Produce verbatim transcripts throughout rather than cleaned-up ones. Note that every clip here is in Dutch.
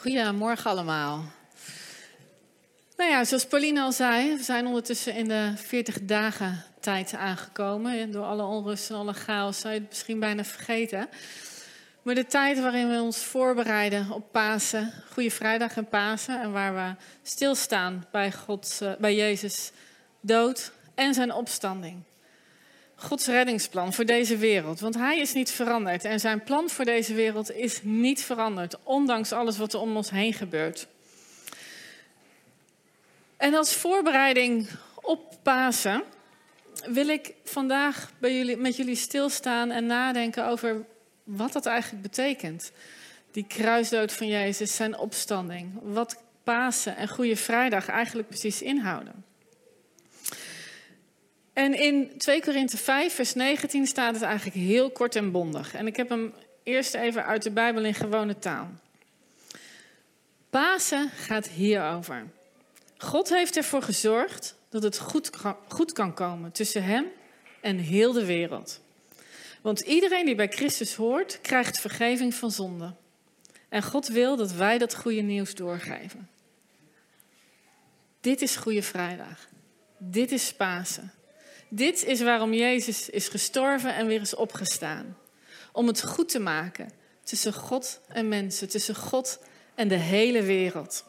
Goedemorgen allemaal. Nou ja, zoals Pauline al zei, we zijn ondertussen in de veertig dagen tijd aangekomen. Door alle onrust en alle chaos zou je het misschien bijna vergeten. Maar de tijd waarin we ons voorbereiden op Pasen, Goede Vrijdag en Pasen, en waar we stilstaan bij, God, bij Jezus dood en zijn opstanding. Gods reddingsplan voor deze wereld. Want hij is niet veranderd. En zijn plan voor deze wereld is niet veranderd. Ondanks alles wat er om ons heen gebeurt. En als voorbereiding op Pasen wil ik vandaag bij jullie, met jullie stilstaan en nadenken over wat dat eigenlijk betekent. Die kruisdood van Jezus, zijn opstanding. Wat Pasen en Goede Vrijdag eigenlijk precies inhouden. En in twee Korinthe vijf, vers negentien staat het eigenlijk heel kort en bondig. En ik heb hem eerst even uit de Bijbel in gewone taal. Pasen gaat hierover. God heeft ervoor gezorgd dat het goed, goed kan komen tussen hem en heel de wereld. Want iedereen die bij Christus hoort, krijgt vergeving van zonde. En God wil dat wij dat goede nieuws doorgeven. Dit is Goede Vrijdag. Dit is Pasen. Dit is waarom Jezus is gestorven en weer is opgestaan. Om het goed te maken tussen God en mensen, tussen God en de hele wereld.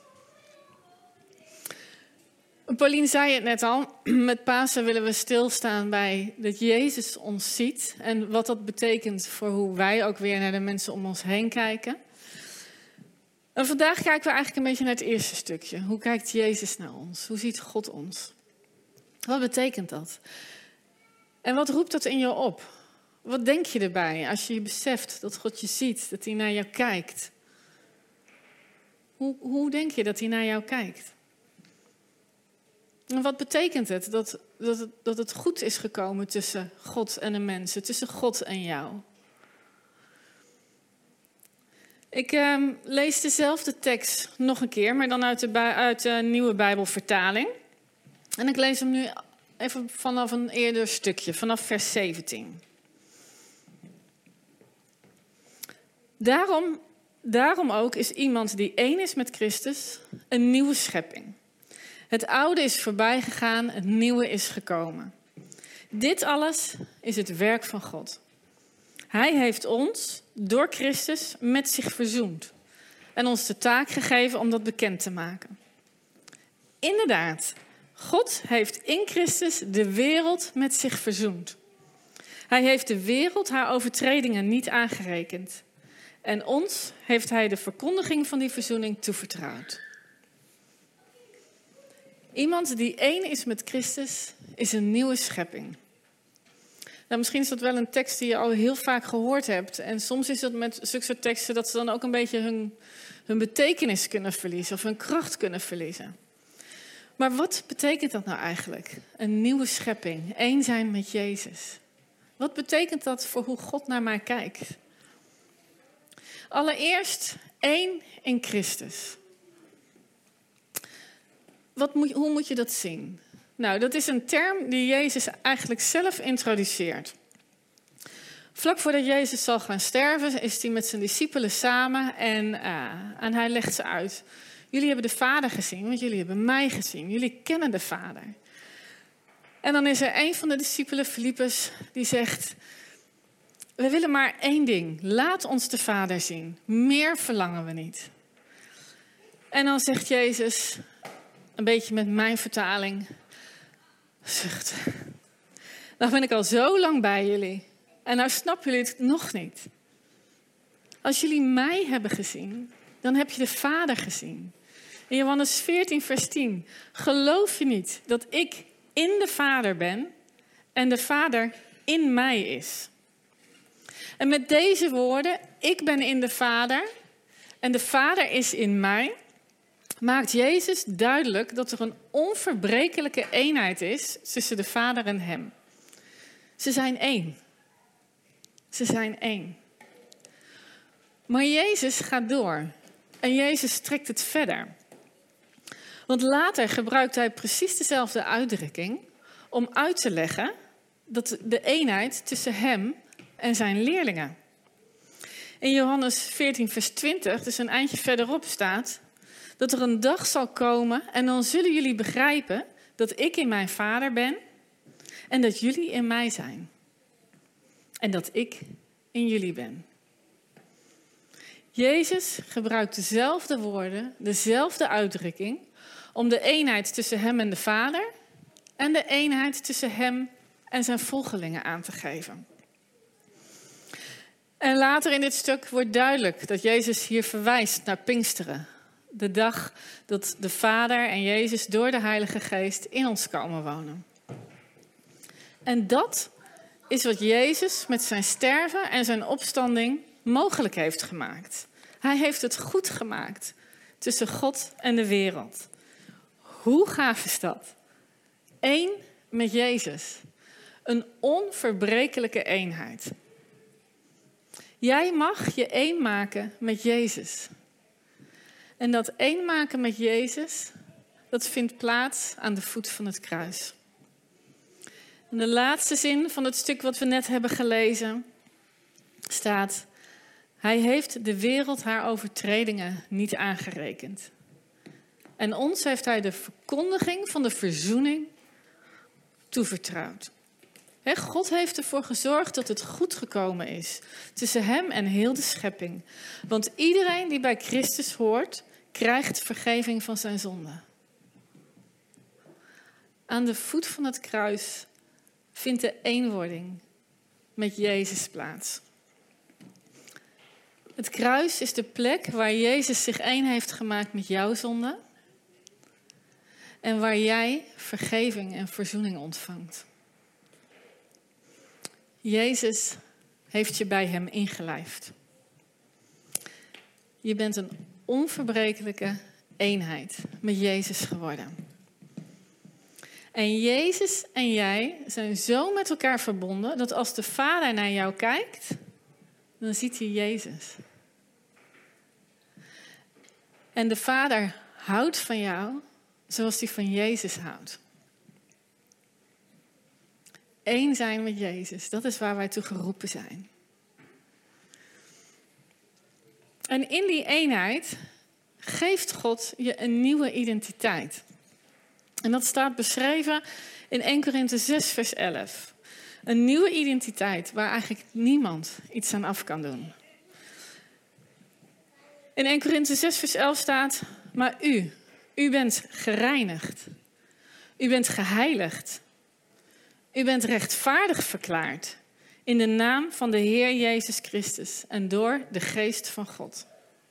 Pauline zei het net al, met Pasen willen we stilstaan bij dat Jezus ons ziet. En wat dat betekent voor hoe wij ook weer naar de mensen om ons heen kijken. En vandaag kijken we eigenlijk een beetje naar het eerste stukje. Hoe kijkt Jezus naar ons? Hoe ziet God ons? Wat betekent dat? En wat roept dat in je op? Wat denk je erbij als je je beseft dat God je ziet, dat hij naar jou kijkt? Hoe, hoe denk je dat hij naar jou kijkt? En wat betekent het dat, dat het dat het goed is gekomen tussen God en de mensen, tussen God en jou? Ik eh, lees dezelfde tekst nog een keer, maar dan uit de, uit de Nieuwe Bijbelvertaling. En ik lees hem nu even vanaf een eerder stukje, vanaf vers zeventien. Daarom, daarom ook is iemand die één is met Christus een nieuwe schepping. Het oude is voorbij gegaan, het nieuwe is gekomen. Dit alles is het werk van God. Hij heeft ons door Christus met zich verzoend en ons de taak gegeven om dat bekend te maken. Inderdaad, God heeft in Christus de wereld met zich verzoend. Hij heeft de wereld haar overtredingen niet aangerekend. En ons heeft hij de verkondiging van die verzoening toevertrouwd. Iemand die één is met Christus is een nieuwe schepping. Nou, misschien is dat wel een tekst die je al heel vaak gehoord hebt. En soms is het met zulke soort teksten dat ze dan ook een beetje hun, hun betekenis kunnen verliezen of hun kracht kunnen verliezen. Maar wat betekent dat nou eigenlijk? Een nieuwe schepping, één zijn met Jezus. Wat betekent dat voor hoe God naar mij kijkt? Allereerst één in Christus. Wat moet, hoe moet je dat zien? Nou, dat is een term die Jezus eigenlijk zelf introduceert. Vlak voordat Jezus zal gaan sterven, is hij met zijn discipelen samen en, uh, en hij legt ze uit. Jullie hebben de Vader gezien, want jullie hebben mij gezien. Jullie kennen de Vader. En dan is er een van de discipelen, Filippus, die zegt: we willen maar één ding. Laat ons de Vader zien. Meer verlangen we niet. En dan zegt Jezus, een beetje met mijn vertaling, zucht. Nou ben ik al zo lang bij jullie. En nou snappen jullie het nog niet. Als jullie mij hebben gezien, dan heb je de Vader gezien. In Johannes veertien, vers tien. Geloof je niet dat ik in de Vader ben en de Vader in mij is? En met deze woorden, ik ben in de Vader en de Vader is in mij, maakt Jezus duidelijk dat er een onverbrekelijke eenheid is tussen de Vader en hem. Ze zijn één. Ze zijn één. Maar Jezus gaat door. En Jezus trekt het verder. Want later gebruikt hij precies dezelfde uitdrukking om uit te leggen dat de eenheid tussen hem en zijn leerlingen. in Johannes veertien vers twintig, dus een eindje verderop staat, dat er een dag zal komen en dan zullen jullie begrijpen dat ik in mijn Vader ben en dat jullie in mij zijn. En dat ik in jullie ben. Jezus gebruikt dezelfde woorden, dezelfde uitdrukking, om de eenheid tussen hem en de Vader en de eenheid tussen hem en zijn volgelingen aan te geven. En later in dit stuk wordt duidelijk dat Jezus hier verwijst naar Pinksteren. De dag dat de Vader en Jezus door de Heilige Geest in ons komen wonen. En dat is wat Jezus met zijn sterven en zijn opstanding mogelijk heeft gemaakt. Hij heeft het goed gemaakt tussen God en de wereld. Hoe gaaf is dat? Eén met Jezus. Een onverbrekelijke eenheid. Jij mag je één maken met Jezus. En dat één maken met Jezus, dat vindt plaats aan de voet van het kruis. In de laatste zin van het stuk wat we net hebben gelezen staat: Hij heeft de wereld haar overtredingen niet aangerekend. En ons heeft hij de verkondiging van de verzoening toevertrouwd. He, God heeft ervoor gezorgd dat het goed gekomen is tussen hem en heel de schepping. Want iedereen die bij Christus hoort, krijgt vergeving van zijn zonden. Aan de voet van het kruis vindt de eenwording met Jezus plaats. Het kruis is de plek waar Jezus zich één heeft gemaakt met jouw zonde. En waar jij vergeving en verzoening ontvangt. Jezus heeft je bij hem ingelijfd. Je bent een onverbrekelijke eenheid met Jezus geworden. En Jezus en jij zijn zo met elkaar verbonden dat als de Vader naar jou kijkt, dan ziet hij Jezus. En de Vader houdt van jou zoals hij van Jezus houdt. Eén zijn met Jezus, dat is waar wij toe geroepen zijn. En in die eenheid geeft God je een nieuwe identiteit. En dat staat beschreven in Eerste Korinthe zes vers elf. Een nieuwe identiteit waar eigenlijk niemand iets aan af kan doen. In Eerste Korinthe zes vers elf staat: Maar u, u bent gereinigd. U bent geheiligd. U bent rechtvaardig verklaard in de naam van de Heer Jezus Christus en door de Geest van God.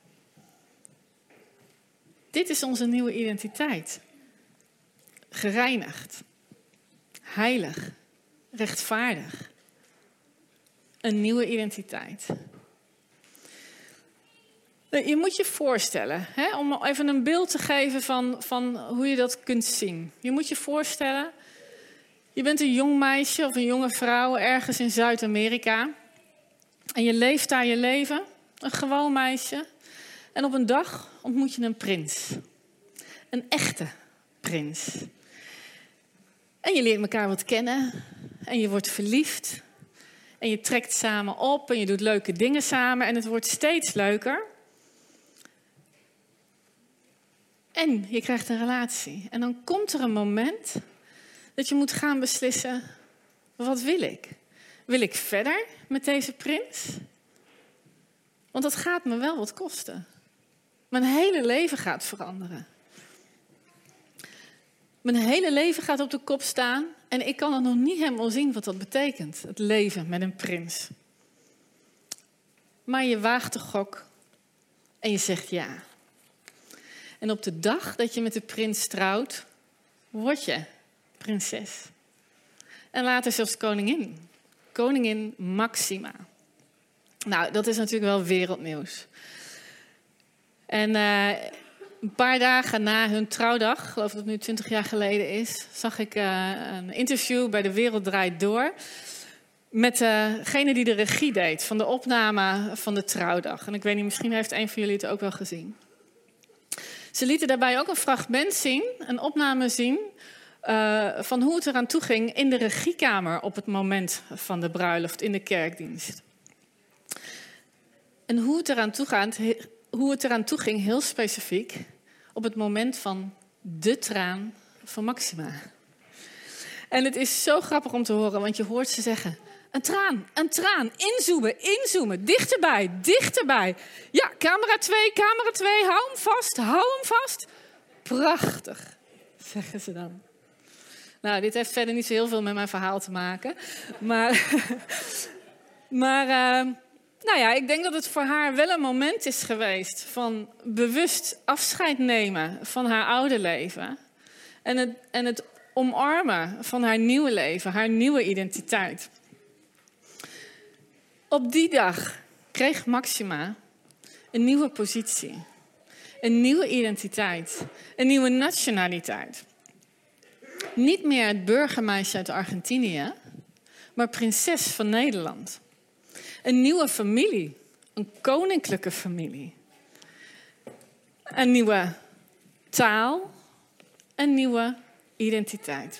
Dit is onze nieuwe identiteit. Gereinigd, heilig, rechtvaardig. Een nieuwe identiteit. Je moet je voorstellen, hè, om even een beeld te geven van, van hoe je dat kunt zien. Je moet je voorstellen, je bent een jong meisje of een jonge vrouw ergens in Zuid-Amerika. En je leeft daar je leven, een gewoon meisje. En op een dag ontmoet je een prins. Een echte prins. En je leert elkaar wat kennen. En je wordt verliefd. En je trekt samen op en je doet leuke dingen samen. En het wordt steeds leuker. En je krijgt een relatie. En dan komt er een moment dat je moet gaan beslissen: wat wil ik? Wil ik verder met deze prins? Want dat gaat me wel wat kosten. Mijn hele leven gaat veranderen. Mijn hele leven gaat op de kop staan en ik kan er nog niet helemaal zien wat dat betekent. Het leven met een prins. Maar je waagt de gok en je zegt ja. En op de dag dat je met de prins trouwt, word je prinses. En later zelfs koningin. Koningin Maxima. Nou, dat is natuurlijk wel wereldnieuws. En uh, een paar dagen na hun trouwdag, ik geloof dat het nu twintig jaar geleden is, zag ik uh, een interview bij De Wereld Draait Door met degene die de regie deed van de opname van de trouwdag. En ik weet niet, misschien heeft een van jullie het ook wel gezien. Ze lieten daarbij ook een fragment zien, een opname zien, uh, van hoe het eraan toe ging in de regiekamer op het moment van de bruiloft in de kerkdienst. En hoe het eraan toe gaat, hoe het eraan toe ging, heel specifiek, op het moment van de traan van Maxima. En het is zo grappig om te horen, want je hoort ze zeggen: een traan, een traan, inzoomen, inzoomen, dichterbij, dichterbij. Ja, camera twee, camera twee, hou hem vast, hou hem vast. Prachtig, zeggen ze dan. Nou, dit heeft verder niet zo heel veel met mijn verhaal te maken. Maar, maar uh, nou ja, ik denk dat het voor haar wel een moment is geweest van bewust afscheid nemen van haar oude leven. En het, en het omarmen van haar nieuwe leven, haar nieuwe identiteit. Op die dag kreeg Maxima een nieuwe positie, een nieuwe identiteit, een nieuwe nationaliteit. Niet meer het burgermeisje uit Argentinië, maar prinses van Nederland. Een nieuwe familie, een koninklijke familie. Een nieuwe taal, een nieuwe identiteit.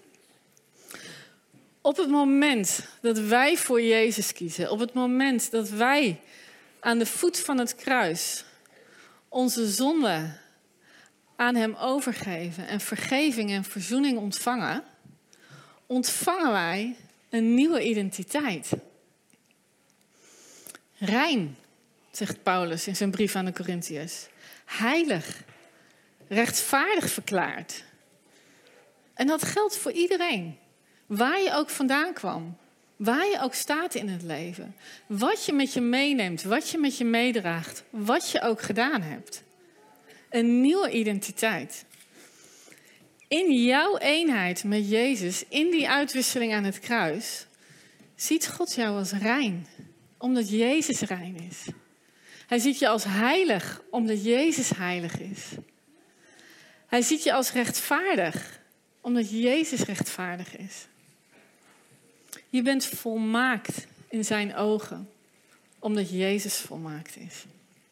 Op het moment dat wij voor Jezus kiezen, op het moment dat wij aan de voet van het kruis onze zonde aan hem overgeven en vergeving en verzoening ontvangen, ontvangen wij een nieuwe identiteit. Rein, zegt Paulus in zijn brief aan de Korintiërs. Heilig, rechtvaardig verklaard. En dat geldt voor iedereen. Waar je ook vandaan kwam. Waar je ook staat in het leven. Wat je met je meeneemt, wat je met je meedraagt. Wat je ook gedaan hebt. Een nieuwe identiteit. In jouw eenheid met Jezus, in die uitwisseling aan het kruis, ziet God jou als rein, omdat Jezus rein is. Hij ziet je als heilig, omdat Jezus heilig is. Hij ziet je als rechtvaardig, omdat Jezus rechtvaardig is. Je bent volmaakt in zijn ogen, omdat Jezus volmaakt is.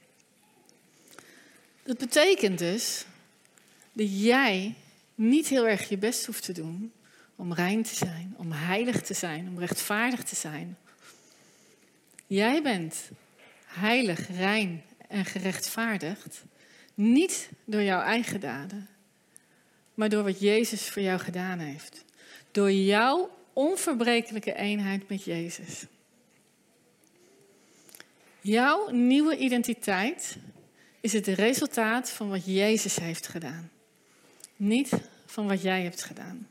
Dat betekent dus dat jij niet heel erg je best hoeft te doen om rein te zijn, om heilig te zijn, om rechtvaardig te zijn. Jij bent heilig, rein en gerechtvaardigd, niet door jouw eigen daden, maar door wat Jezus voor jou gedaan heeft. Door jouw onverbrekelijke eenheid met Jezus. Jouw nieuwe identiteit is het resultaat van wat Jezus heeft gedaan. Niet van wat jij hebt gedaan.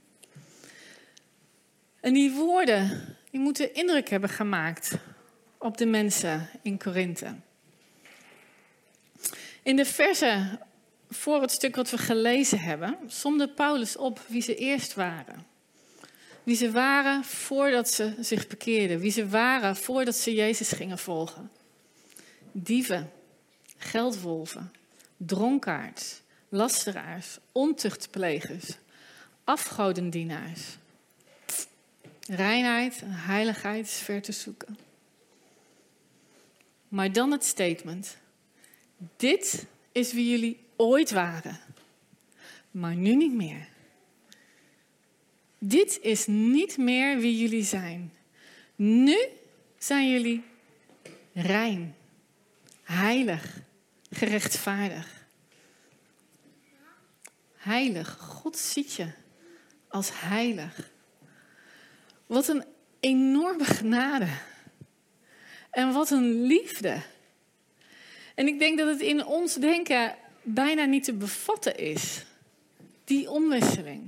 En die woorden, die moeten indruk hebben gemaakt op de mensen in Korinthe. In de versen voor het stuk wat we gelezen hebben, somde Paulus op wie ze eerst waren. Wie ze waren voordat ze zich bekeerden. Wie ze waren voordat ze Jezus gingen volgen. Dieven, geldwolven, dronkaards, lasteraars, ontuchtplegers, afgodendienaars. Reinheid en heiligheid is ver te zoeken. Maar dan het statement. Dit is wie jullie ooit waren, maar nu niet meer. Dit is niet meer wie jullie zijn. Nu zijn jullie rein, heilig, gerechtvaardigd. Heilig, God ziet je als heilig. Wat een enorme genade. En wat een liefde. En ik denk dat het in ons denken bijna niet te bevatten is. Die omwisseling.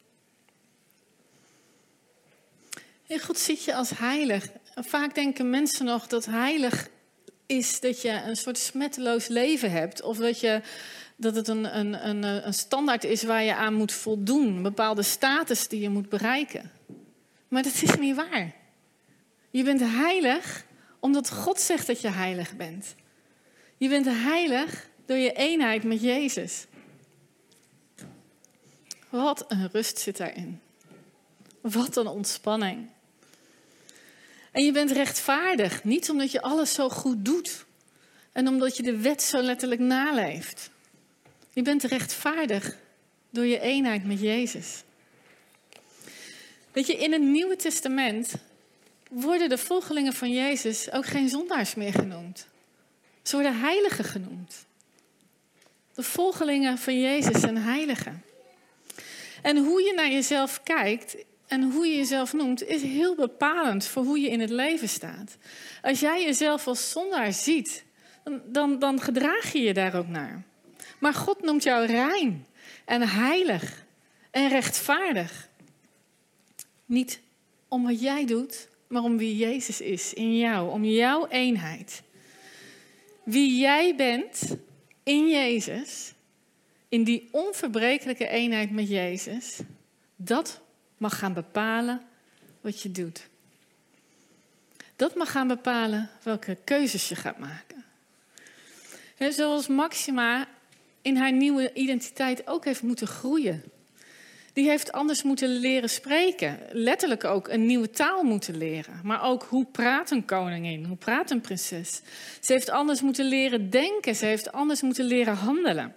En God ziet je als heilig. En vaak denken mensen nog dat heilig is dat je een soort smetteloos leven hebt. Of dat, je, dat het een, een, een, een standaard is waar je aan moet voldoen. Een bepaalde status die je moet bereiken. Maar dat is niet waar. Je bent heilig omdat God zegt dat je heilig bent. Je bent heilig door je eenheid met Jezus. Wat een rust zit daarin. Wat een ontspanning. En je bent rechtvaardig, niet omdat je alles zo goed doet. En omdat je de wet zo letterlijk naleeft. Je bent rechtvaardig door je eenheid met Jezus. Weet je, in het Nieuwe Testament worden de volgelingen van Jezus ook geen zondaars meer genoemd. Ze worden heiligen genoemd. De volgelingen van Jezus zijn heiligen. En hoe je naar jezelf kijkt en hoe je jezelf noemt, is heel bepalend voor hoe je in het leven staat. Als jij jezelf als zondaar ziet, dan, dan, dan gedraag je je daar ook naar. Maar God noemt jou rein en heilig en rechtvaardig. Niet om wat jij doet, maar om wie Jezus is in jou, om jouw eenheid. Wie jij bent in Jezus, in die onverbrekelijke eenheid met Jezus, dat mag gaan bepalen wat je doet. Dat mag gaan bepalen welke keuzes je gaat maken. He, zoals Maxima in haar nieuwe identiteit ook heeft moeten groeien. Die heeft anders moeten leren spreken. Letterlijk ook een nieuwe taal moeten leren. Maar ook hoe praat een koningin, hoe praat een prinses. Ze heeft anders moeten leren denken. Ze heeft anders moeten leren handelen.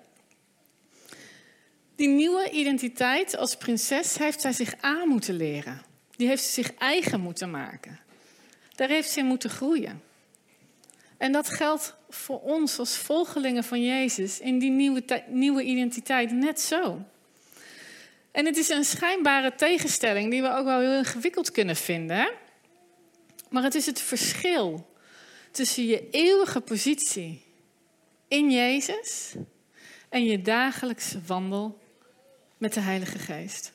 Die nieuwe identiteit als prinses heeft zij zich aan moeten leren. Die heeft ze zich eigen moeten maken. Daar heeft ze in moeten groeien. En dat geldt voor ons als volgelingen van Jezus in die nieuwe, nieuwe identiteit net zo. En het is een schijnbare tegenstelling die we ook wel heel ingewikkeld kunnen vinden. Hè? Maar het is het verschil tussen je eeuwige positie in Jezus en je dagelijkse wandel met de Heilige Geest.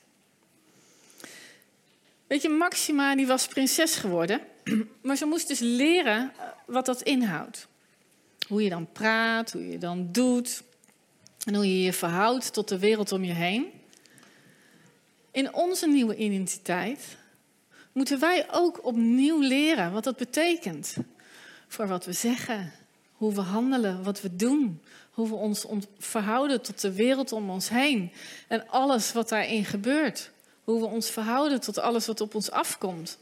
Weet je, Maxima die was prinses geworden, maar ze moest dus leren wat dat inhoudt. Hoe je dan praat, hoe je dan doet en hoe je je verhoudt tot de wereld om je heen. In onze nieuwe identiteit moeten wij ook opnieuw leren wat dat betekent. Voor wat we zeggen, hoe we handelen, wat we doen. Hoe we ons verhouden tot de wereld om ons heen. En alles wat daarin gebeurt. Hoe we ons verhouden tot alles wat op ons afkomt.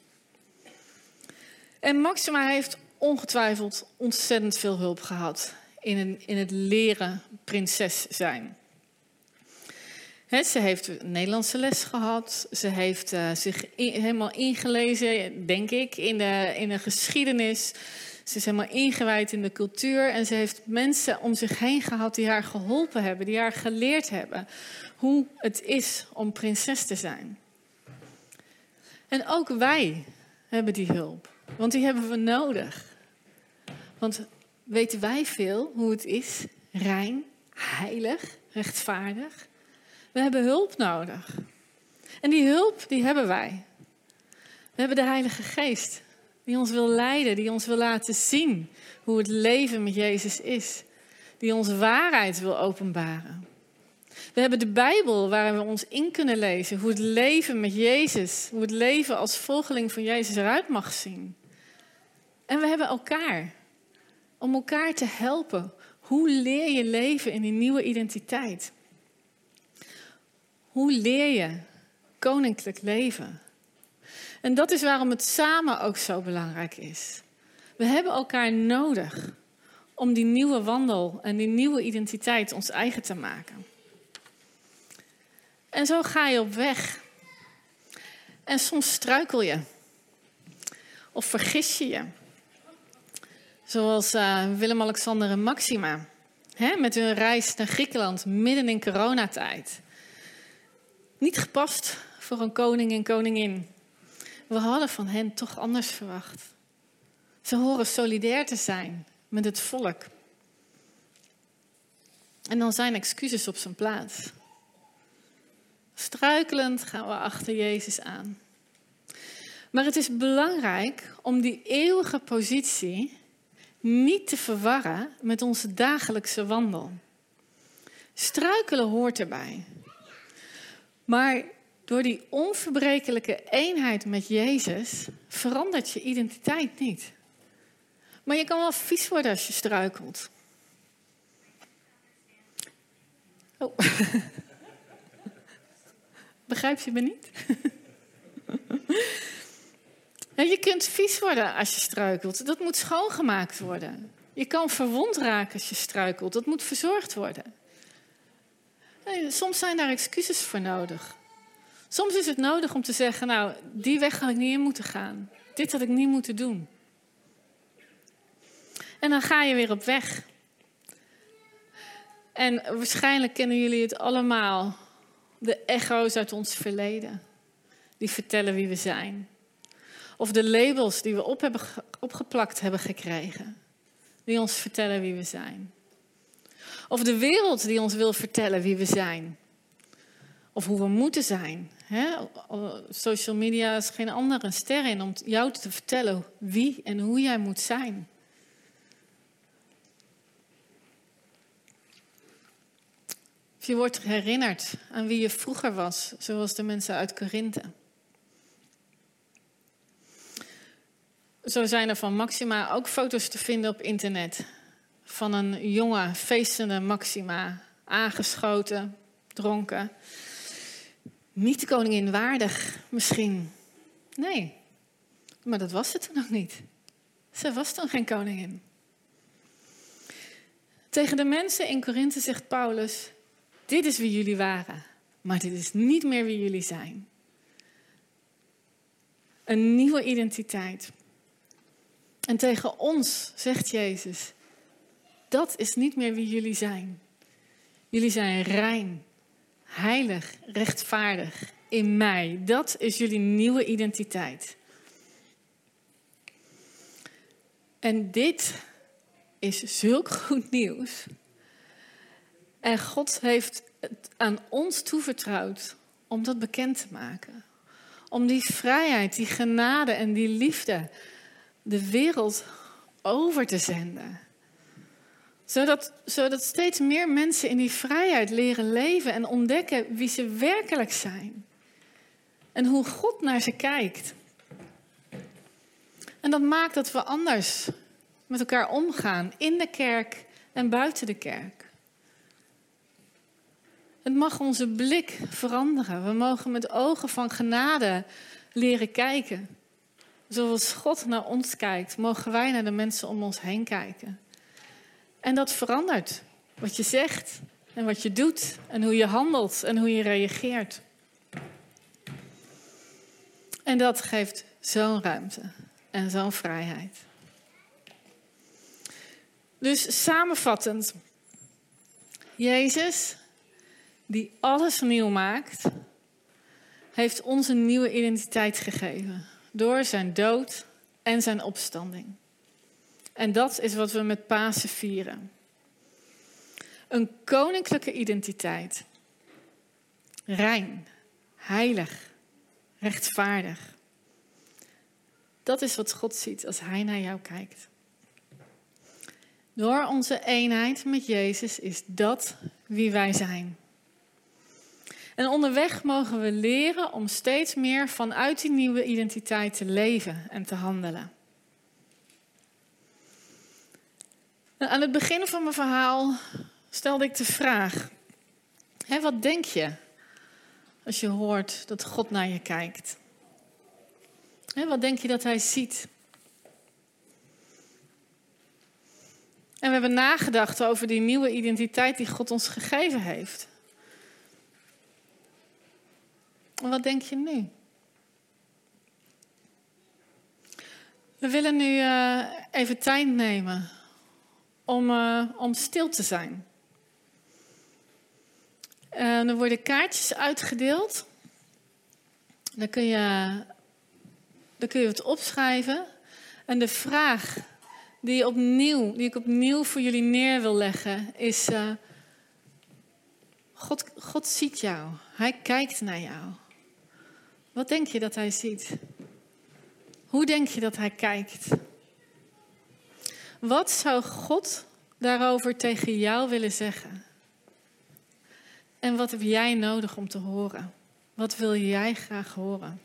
En Maxima heeft ongetwijfeld ontzettend veel hulp gehad in, een, in het leren prinses zijn. He, ze heeft een Nederlandse les gehad. Ze heeft uh, zich in, helemaal ingelezen, denk ik, in de, in de geschiedenis. Ze is helemaal ingewijd in de cultuur. En ze heeft mensen om zich heen gehad die haar geholpen hebben. Die haar geleerd hebben hoe het is om prinses te zijn. En ook wij hebben die hulp. Want die hebben we nodig. Want weten wij veel hoe het is? Rein, heilig, rechtvaardig. We hebben hulp nodig. En die hulp, die hebben wij. We hebben de Heilige Geest. Die ons wil leiden, die ons wil laten zien hoe het leven met Jezus is. Die ons waarheid wil openbaren. We hebben de Bijbel waar we ons in kunnen lezen. Hoe het leven met Jezus, hoe het leven als volgeling van Jezus eruit mag zien. En we hebben elkaar. Om elkaar te helpen. Hoe leer je leven in die nieuwe identiteit? Hoe leer je koninklijk leven? En dat is waarom het samen ook zo belangrijk is. We hebben elkaar nodig om die nieuwe wandel en die nieuwe identiteit ons eigen te maken. En zo ga je op weg. En soms struikel je. Of vergis je je. Zoals uh, Willem-Alexander en Maxima. Hè, met hun reis naar Griekenland midden in coronatijd. Niet gepast voor een koning en koningin. We hadden van hen toch anders verwacht. Ze horen solidair te zijn met het volk. En dan zijn excuses op zijn plaats. Struikelend gaan we achter Jezus aan. Maar het is belangrijk om die eeuwige positie niet te verwarren met onze dagelijkse wandel. Struikelen hoort erbij. Maar door die onverbrekelijke eenheid met Jezus verandert je identiteit niet. Maar je kan wel vies worden als je struikelt. Oh. Begrijp je me niet? Je kunt vies worden als je struikelt. Dat moet schoongemaakt worden. Je kan verwond raken als je struikelt. Dat moet verzorgd worden. Soms zijn daar excuses voor nodig. Soms is het nodig om te zeggen, nou, die weg had ik niet in moeten gaan. Dit had ik niet moeten doen. En dan ga je weer op weg. En waarschijnlijk kennen jullie het allemaal. De echo's uit ons verleden. Die vertellen wie we zijn. Of de labels die we op hebben, opgeplakt hebben gekregen. Die ons vertellen wie we zijn. Of de wereld die ons wil vertellen wie we zijn. Of hoe we moeten zijn. Hè? Social media is geen andere ster in om jou te vertellen wie en hoe jij moet zijn. Of je wordt herinnerd aan wie je vroeger was, zoals de mensen uit Korinthe. Zo zijn er van Maxima ook foto's te vinden op internet. Van een jonge, feestende Maxima, aangeschoten, dronken. Niet de koningin waardig, misschien. Nee, maar dat was ze toen ook niet. Ze was toen geen koningin. Tegen de mensen in Korinthe zegt Paulus: dit is wie jullie waren, maar dit is niet meer wie jullie zijn. Een nieuwe identiteit. En tegen ons zegt Jezus: dat is niet meer wie jullie zijn. Jullie zijn rein, heilig, rechtvaardig in mij. Dat is jullie nieuwe identiteit. En dit is zulk goed nieuws. En God heeft het aan ons toevertrouwd om dat bekend te maken. Om die vrijheid, die genade en die liefde de wereld over te zenden. Zodat, zodat steeds meer mensen in die vrijheid leren leven en ontdekken wie ze werkelijk zijn. En hoe God naar ze kijkt. En dat maakt dat we anders met elkaar omgaan, in de kerk en buiten de kerk. Het mag onze blik veranderen. We mogen met ogen van genade leren kijken. Zoals God naar ons kijkt, mogen wij naar de mensen om ons heen kijken. En dat verandert wat je zegt en wat je doet en hoe je handelt en hoe je reageert. En dat geeft zo'n ruimte en zo'n vrijheid. Dus samenvattend, Jezus, die alles nieuw maakt, heeft ons een nieuwe identiteit gegeven. Door zijn dood en zijn opstanding. En dat is wat we met Pasen vieren. Een koninklijke identiteit. Rein, heilig, rechtvaardig. Dat is wat God ziet als hij naar jou kijkt. Door onze eenheid met Jezus is dat wie wij zijn. En onderweg mogen we leren om steeds meer vanuit die nieuwe identiteit te leven en te handelen. En aan het begin van mijn verhaal stelde ik de vraag: hè, wat denk je als je hoort dat God naar je kijkt? Hè, wat denk je dat hij ziet? En we hebben nagedacht over die nieuwe identiteit die God ons gegeven heeft. En wat denk je nu? We willen nu uh, even tijd nemen om, uh, om stil te zijn. Uh, er worden kaartjes uitgedeeld. Daar kun je, daar kun je wat opschrijven. En de vraag die, opnieuw, die ik opnieuw voor jullie neer wil leggen is: Uh, God, God ziet jou. Hij kijkt naar jou. Wat denk je dat hij ziet? Hoe denk je dat hij kijkt? Wat zou God daarover tegen jou willen zeggen? En wat heb jij nodig om te horen? Wat wil jij graag horen?